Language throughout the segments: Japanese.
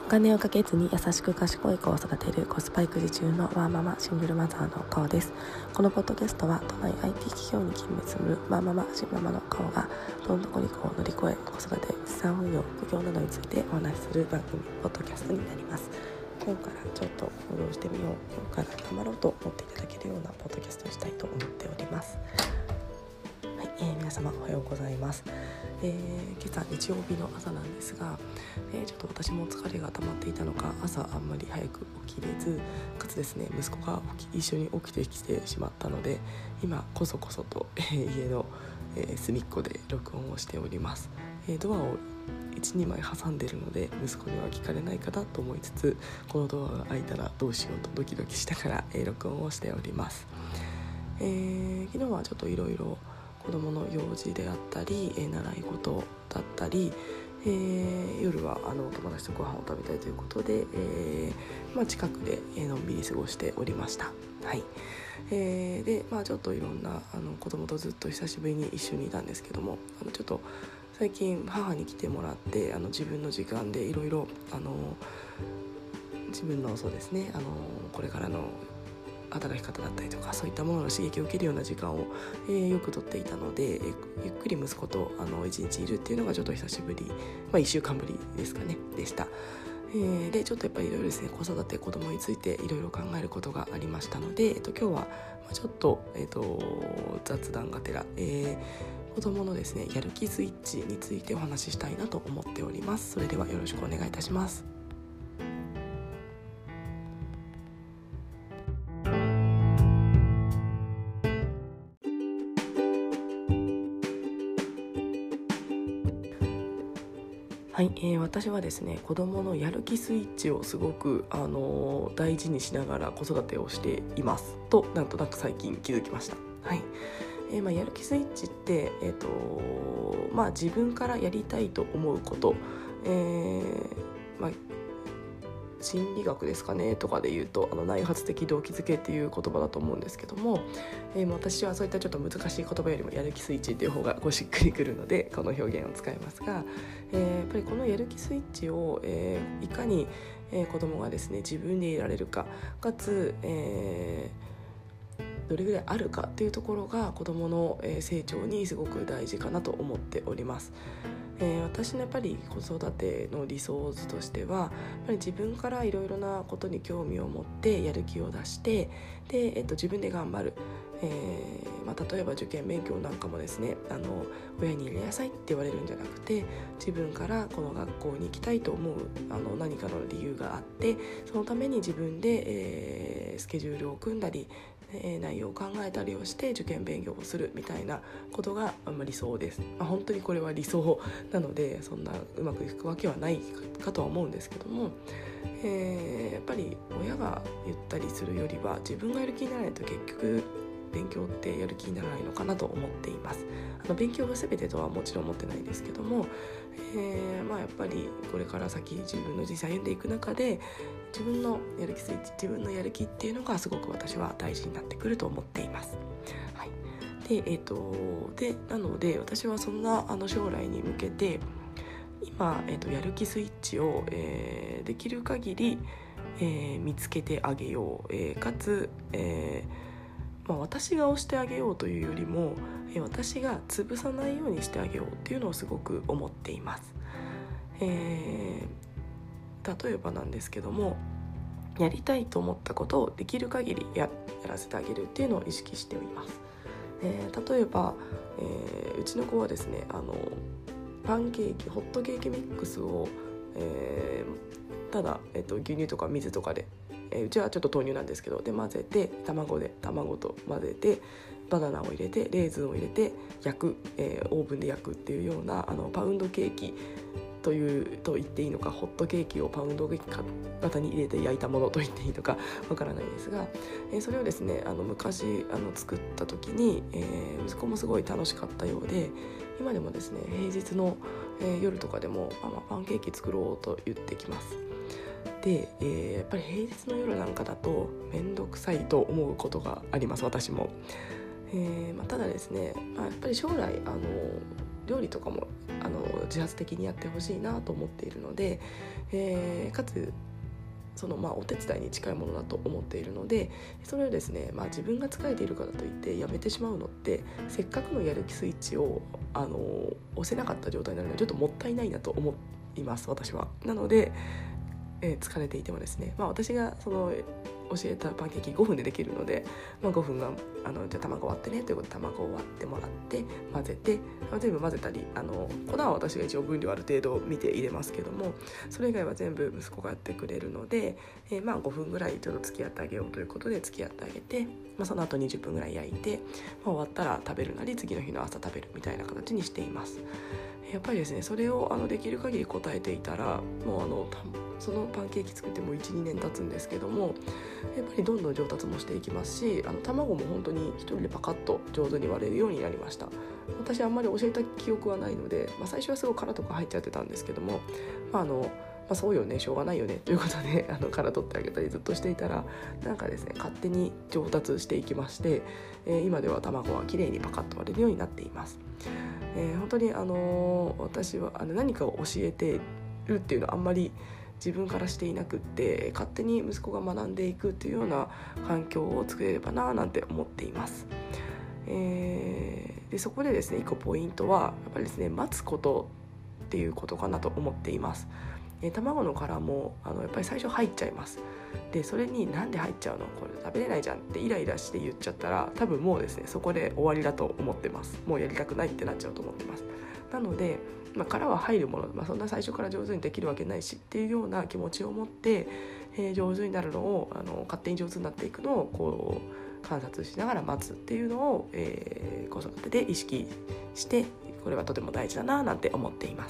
お金をかけずに優しく賢い子を育てるコスパ育児中のワーママシングルマザーの顔です。このポッドキャストは都内 IT 企業に勤務するワーママシンママの顔がどん底にこう乗り越え、子育て、資産運用、副業などについてお話しする番組ポッドキャストになります。今日からちょっと行動してみよう、今日から頑張ろうと思っていただけるようなポッドキャストにしたいと思っております。はい、皆様おはようございます。今朝日曜日の朝なんですが、ちょっと私も疲れが溜まっていたのか朝あんまり早く起きれず、かつですね息子が一緒に起きてきてしまったので、今こそこそと、家の、隅っこで録音をしております。ドアを 1,2 枚挟んでいるので息子には聞かれないかなと思いつつ、このドアが開いたらどうしようとドキドキしながら、録音をしております。昨日はちょっといろいろ子どもの用事であったり、習い事だったり、夜は友達とご飯を食べたいということで、近くでのんびり過ごしておりました。はい。で、ちょっといろんな子供とずっと久しぶりに一緒にいたんですけども、ちょっと最近母に来てもらって自分の時間でいろいろ自分のそうですねこれからの働き方だったりとか、そういったものの刺激を受けるような時間を、よくとっていたので、ゆっくり息子と一日いるっていうのがちょっと久しぶり、1週間ぶりですかねでした。でちょっとやっぱりいろいろですね、子育て子供についていろいろ考えることがありましたので、今日はちょっと、雑談がてら、子供のですねやる気スイッチについてお話ししたいなと思っております。それではよろしくお願いいたします。はい、私はですね子どものやる気スイッチをすごく、大事にしながら子育てをしていますと、なんとなく最近気づきました。はい。やる気スイッチって、自分からやりたいと思うこと、心理学ですかねとかで言うと内発的動機づけっていう言葉だと思うんですけども、私はそういったちょっと難しい言葉よりもやる気スイッチっていう方がしっくりくるのでこの表現を使いますが、やっぱりこのやる気スイッチを、いかに、子供がですね自分でいられるか、かつ、どれぐらいあるかっていうところが子どもの成長にすごく大事かなと思っております。私のやっぱり子育ての理想図としては、やっぱり自分からいろいろなことに興味を持ってやる気を出してで、自分で頑張る。例えば受験勉強なんかもですね親に入れなさいって言われるんじゃなくて、自分からこの学校に行きたいと思う何かの理由があって、そのために自分で、スケジュールを組んだり内容を考えたりをして受験勉強をするみたいなことが理想です。本当にこれは理想なのでそんなうまくいくわけはないかとは思うんですけども、やっぱり親が言ったりするよりは自分がやる気にならないと結局勉強ってやる気にならないのかなと思っています。勉強が全てとはもちろん思ってないんですけども、やっぱりこれから先自分の人生歩んでいく中で自分のやる気スイッチ、自分のやる気っていうのがすごく私は大事になってくると思っています。はい。で、なので私はそんな将来に向けて今、やる気スイッチを、できる限り、見つけてあげよう、かつ、私が押してあげようというよりも、私が潰さないようにしてあげようっていうのをすごく思っています。例えばなんですけども、やりたいと思ったことをできる限りやらせてあげるっていうのを意識しております。例えば、うちの子はですねパンケーキホットケーキミックスを、ただ、牛乳とか水とかで、うちはちょっと豆乳なんですけどで混ぜて卵と混ぜてバナナを入れてレーズンを入れて焼く、オーブンで焼くっていうようなパウンドケーキと言っていいのか、ホットケーキをパウンドケーキ型に入れて焼いたものと言っていいのかわからないですが、それをですね昔作った時に、息子もすごい楽しかったようで、今でもですね平日の、夜とかでもパンケーキ作ろうと言ってきます。で、やっぱり平日の夜なんかだとめんどくさいと思うことがあります、私も。ただですね、やっぱり将来料理とかも自発的にやってほしいなと思っているので、かつそのお手伝いに近いものだと思っているので、それをですね、自分が疲れているからといってやめてしまうのって、せっかくのやる気スイッチを押せなかった状態になるのでちょっともったいないなと思います私は。なので、疲れていてもですね、私が教えたパンケーキ5分でできるので、5分がじゃあ卵割ってねということで卵を割ってもらって混ぜて、全部混ぜたり粉は私が一応分量ある程度見て入れますけども、それ以外は全部息子がやってくれるので、5分ぐらいちょっと付き合ってあげようということで付き合ってあげて、その後20分ぐらい焼いて、終わったら食べるなり次の日の朝食べるみたいな形にしています。やっぱりですね、それをできる限り答えていたら、もうそのパンケーキ作っても 1,2 年経つんですけども、やっぱりどんどん上達もしていきますし、卵も本当に一人でパカッと上手に割れるようになりました。私あんまり教えた記憶はないので、最初はすごい殻とか入っちゃってたんですけども、そうよね、しょうがないよねということで殻取ってあげたりずっとしていたら、なんかですね勝手に上達していきまして、今では卵はきれいにパカッと割れるようになっています。本当に私は何かを教えてるっていうのはあんまり自分からしていなくって、勝手に息子が学んでいくっていうような環境を作れればななんて思っています。でそこでですね、一個ポイントはやっぱりですね、待つことっていうことかなと思っています。卵の殻もやっぱり最初入っちゃいます。でそれになんで入っちゃうの、これ食べれないじゃんってイライラして言っちゃったら、多分もうですねそこで終わりだと思ってます。もうやりたくないってなっちゃうと思ってます。なので、殻は入るもの、そんな最初から上手にできるわけないしっていうような気持ちを持って、上手になるのを勝手に上手になっていくのをこう観察しながら待つっていうのを、子育てで意識して、これはとても大事だななんて思っています。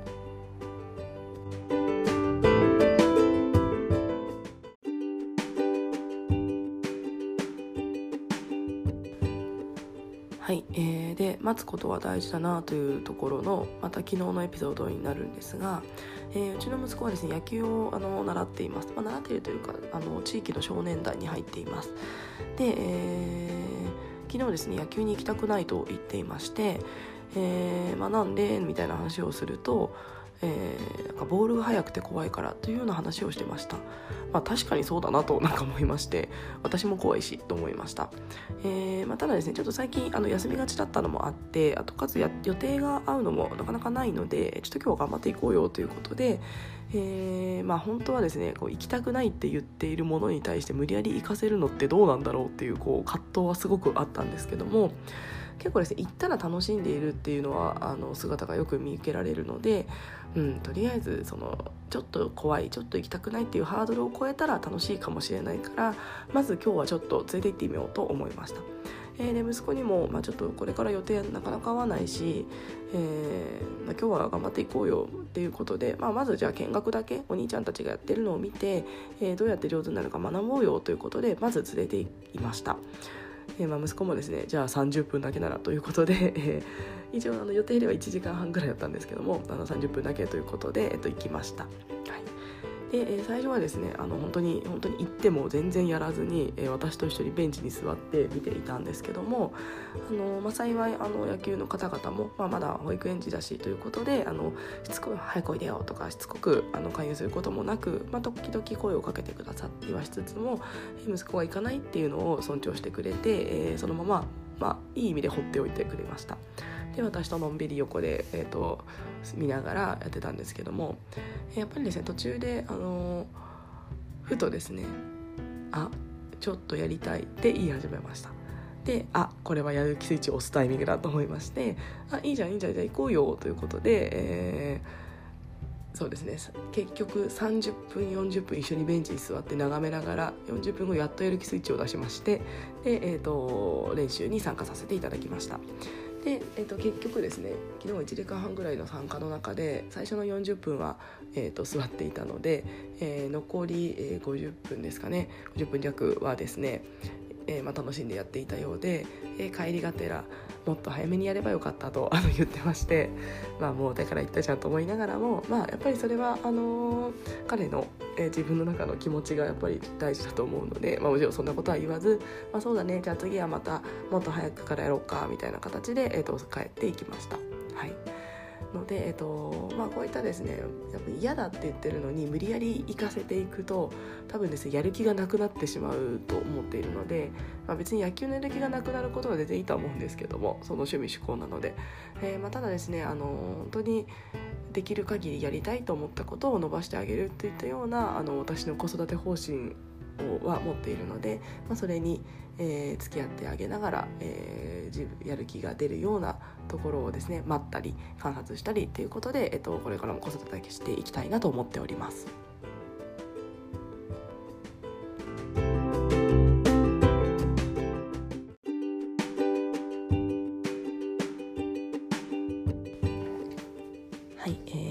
はい、で待つことは大事だなというところのまた昨日のエピソードになるんですが、うちの息子はですね野球を習っています。習っているというか地域の少年団に入っています。で、昨日ですね野球に行きたくないと言っていまして、なんでみたいな話をすると、なんかボールが速くて怖いからというような話をしてました。確かにそうだなと思いまして、私も怖いしと思いました。ただですね、ちょっと最近休みがちだったのもあって、あとかつ予定が合うのもなかなかないので、ちょっと今日は頑張っていこうよということで、本当はですね行きたくないって言っているものに対して無理やり行かせるのってどうなんだろうっていう葛藤はすごくあったんですけども、結構ですね行ったら楽しんでいるっていうのは姿がよく見受けられるので、とりあえずちょっと怖い、ちょっと行きたくないっていうハードルを超えたら楽しいかもしれないから、まず今日はちょっと連れて行ってみようと思いました。で息子にも、ちょっとこれから予定なかなか合わないし、今日は頑張っていこうよっていうことで、まずじゃあ見学だけお兄ちゃんたちがやってるのを見て、どうやって上手になるか学ぼうよということでまず連れて行きました。息子もですねじゃあ30分だけならということで、一応予定では1時間半ぐらいだったんですけども、30分だけということで、行きました。はい。で、最初はですね本当に行っても全然やらずに、私と一緒にベンチに座って見ていたんですけども、幸い野球の方々も、まだ保育園児だしということでしつこく早くおいでよとかしつこく勧誘することもなく、時々声をかけてくださってはしつつも、息子が行かないっていうのを尊重してくれて、そのまま、いい意味で放っておいてくれました。で私とのんびり横で、見ながらやってたんですけども、やっぱりですね途中でふとですねちょっとやりたいって言い始めました。でこれはやる気スイッチを押すタイミングだと思いまして、いいじゃんじゃあ行こうよということで、そうですね結局30分40分一緒にベンチに座って眺めながら40分後やっとやる気スイッチを出しまして、で、練習に参加させていただきました。で、結局ですね昨日は1時間半ぐらいの参加の中で最初の40分は、座っていたので、残り、50分ですかね、50分弱はですね、楽しんでやっていたようで、帰りがてらもっと早めにやればよかったと言ってまして、もうだから言ったじゃんと思いながらも、やっぱりそれは彼の、自分の中の気持ちがやっぱり大事だと思うので、もちろんそんなことは言わず、そうだねじゃあ次はまたもっと早くからやろうかみたいな形で、帰っていきました。はい。 ので、こういったですね、やっぱ嫌だって言ってるのに無理やり行かせていくと多分ですね、やる気がなくなってしまうと思っているので、別に野球のやる気がなくなることは全然いいとは思うんですけども、その趣味趣向なので、ただですね、本当にできる限りやりたいと思ったことを伸ばしてあげるといったような私の子育て方針は持っているので、それに、付き合ってあげながら、やる気が出るようなところをですね、待ったり観察したりっていうことで、これからも子育てしていきたいなと思っております。はい、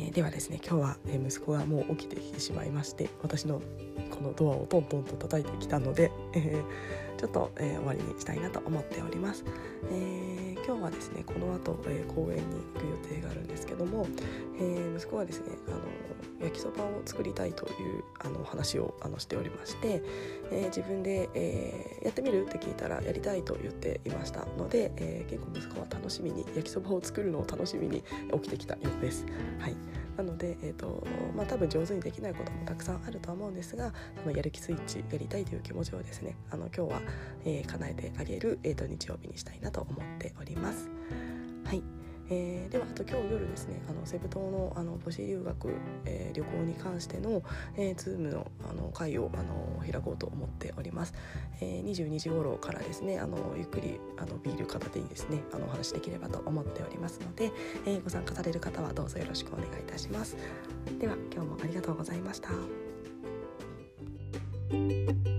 ではですね、今日は息子がもう起きてきてしまいまして、私のこのドアをトントンと叩いてきたので、ちょっと、終わりにしたいなと思っております。今日はですね、この後、公園に行く予定があるんですけども、息子はですね、焼きそばを作りたいという話をしておりまして、自分で、やってみるって聞いたらやりたいと言っていましたので、結構息子は楽しみに焼きそばを作るのを楽しみに起きてきたようです。はい、なので、多分上手にできないこともたくさんあるとは思うんですが、やる気スイッチやりたいという気持ちをですね、今日は、叶えてあげる、日曜日にしたいなと思っております。はい、ではあと今日夜ですね、セブ島の母子留学、旅行に関しての、Zoom の会を開こうと思っております。22時頃からですね、ゆっくりビール片手にですねお話しできればと思っておりますので、ご参加される方はどうぞよろしくお願いいたします。では今日もありがとうございました。